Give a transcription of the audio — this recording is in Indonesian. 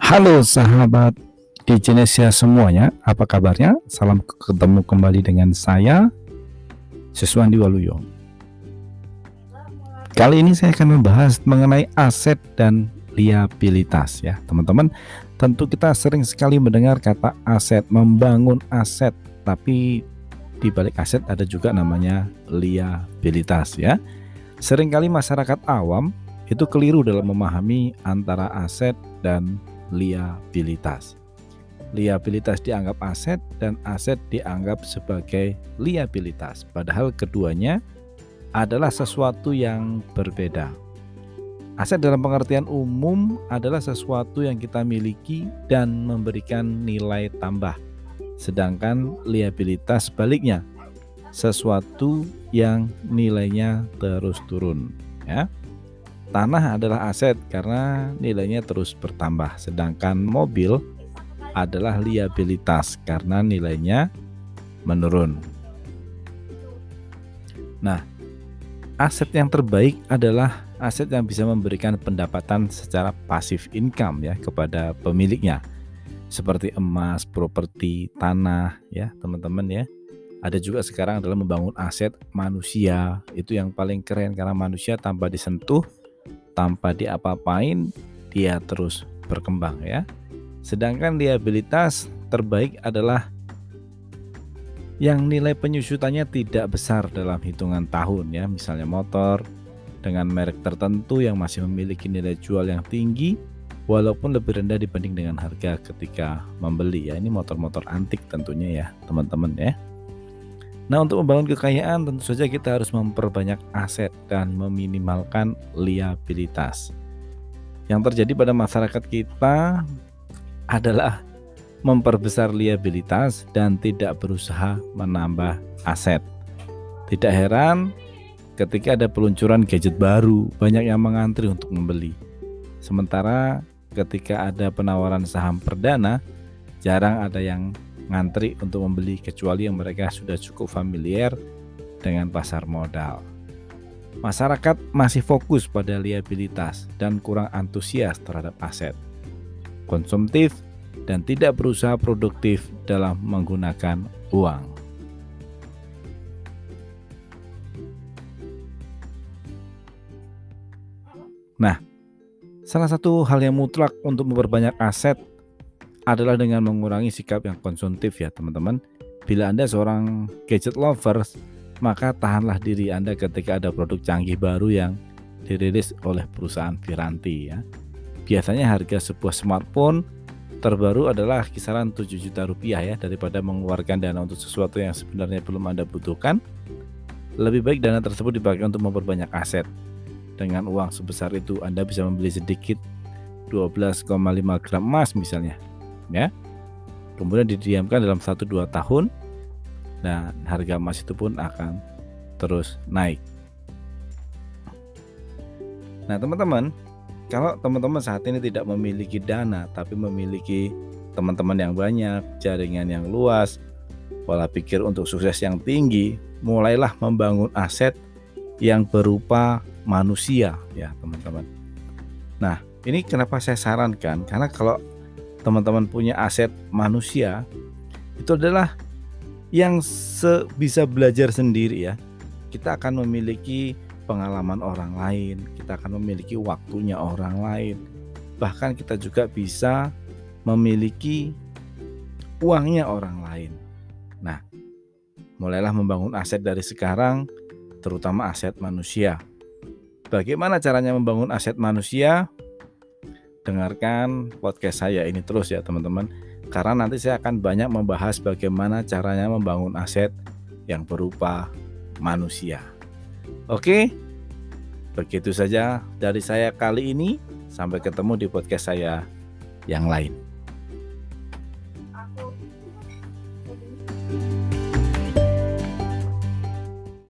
Halo sahabat Indonesia semuanya, apa kabarnya? Salam ketemu kembali dengan saya, Siswandi Waluyo. Kali ini saya akan membahas mengenai aset dan liabilitas ya teman-teman. Tentu kita sering sekali mendengar kata aset, membangun aset, tapi di balik aset ada juga namanya liabilitas ya. Seringkali masyarakat awam itu keliru dalam memahami antara aset dan liabilitas. Liabilitas dianggap aset dan aset dianggap sebagai liabilitas, padahal keduanya adalah sesuatu yang berbeda. Aset dalam pengertian umum adalah sesuatu yang kita miliki dan memberikan nilai tambah, sedangkan liabilitas sebaliknya, sesuatu yang nilainya terus turun ya. Tanah adalah aset karena nilainya terus bertambah, sedangkan mobil adalah liabilitas karena nilainya menurun. Nah, aset yang terbaik adalah aset yang bisa memberikan pendapatan secara pasif income ya kepada pemiliknya, seperti emas, properti, tanah ya teman-teman ya. Ada juga sekarang adalah membangun aset manusia, itu yang paling keren karena manusia tanpa disentuh, tanpa diapa-apain, dia terus berkembang ya. Sedangkan liabilitas terbaik adalah yang nilai penyusutannya tidak besar dalam hitungan tahun ya, misalnya motor dengan merek tertentu yang masih memiliki nilai jual yang tinggi walaupun lebih rendah dibanding dengan harga ketika membeli ya. Ini motor-motor antik tentunya ya teman-teman ya. Nah, untuk membangun kekayaan tentu saja kita harus memperbanyak aset dan meminimalkan liabilitas. Yang terjadi pada masyarakat kita adalah memperbesar liabilitas dan tidak berusaha menambah aset. Tidak heran ketika ada peluncuran gadget baru, banyak yang mengantri untuk membeli. Sementara ketika ada penawaran saham perdana, jarang ada yang ngantri untuk membeli kecuali yang mereka sudah cukup familiar dengan pasar modal. Masyarakat masih fokus pada liabilitas dan kurang antusias terhadap aset, konsumtif dan tidak berusaha produktif dalam menggunakan uang. Nah, salah satu hal yang mutlak untuk memperbanyak aset adalah dengan mengurangi sikap yang konsumtif ya teman-teman. Bila Anda seorang gadget lovers, maka tahanlah diri Anda ketika ada produk canggih baru yang dirilis oleh perusahaan Viranti ya. Biasanya harga sebuah smartphone terbaru adalah kisaran 7 juta rupiah ya. Daripada mengeluarkan dana untuk sesuatu yang sebenarnya belum Anda butuhkan, lebih baik dana tersebut dipakai untuk memperbanyak aset. Dengan uang sebesar itu Anda bisa membeli sedikit 12,5 gram emas misalnya ya, kemudian didiamkan dalam 1-2 tahun dan harga emas itu pun akan terus naik. Nah teman-teman, kalau teman-teman saat ini tidak memiliki dana tapi memiliki teman-teman yang banyak, jaringan yang luas, pola pikir untuk sukses yang tinggi, mulailah membangun aset yang berupa manusia ya teman-teman. Nah ini kenapa saya sarankan, karena kalau teman-teman punya aset manusia, itu adalah yang bisa belajar sendiri ya. Kita akan memiliki pengalaman orang lain, kita akan memiliki waktunya orang lain, bahkan kita juga bisa memiliki uangnya orang lain. Nah, mulailah membangun aset dari sekarang, terutama aset manusia. Bagaimana caranya membangun aset manusia? Dengarkan podcast saya ini terus ya teman-teman, karena nanti saya akan banyak membahas bagaimana caranya membangun aset yang berupa manusia. Oke, begitu saja dari saya kali ini. Sampai ketemu di podcast saya yang lain.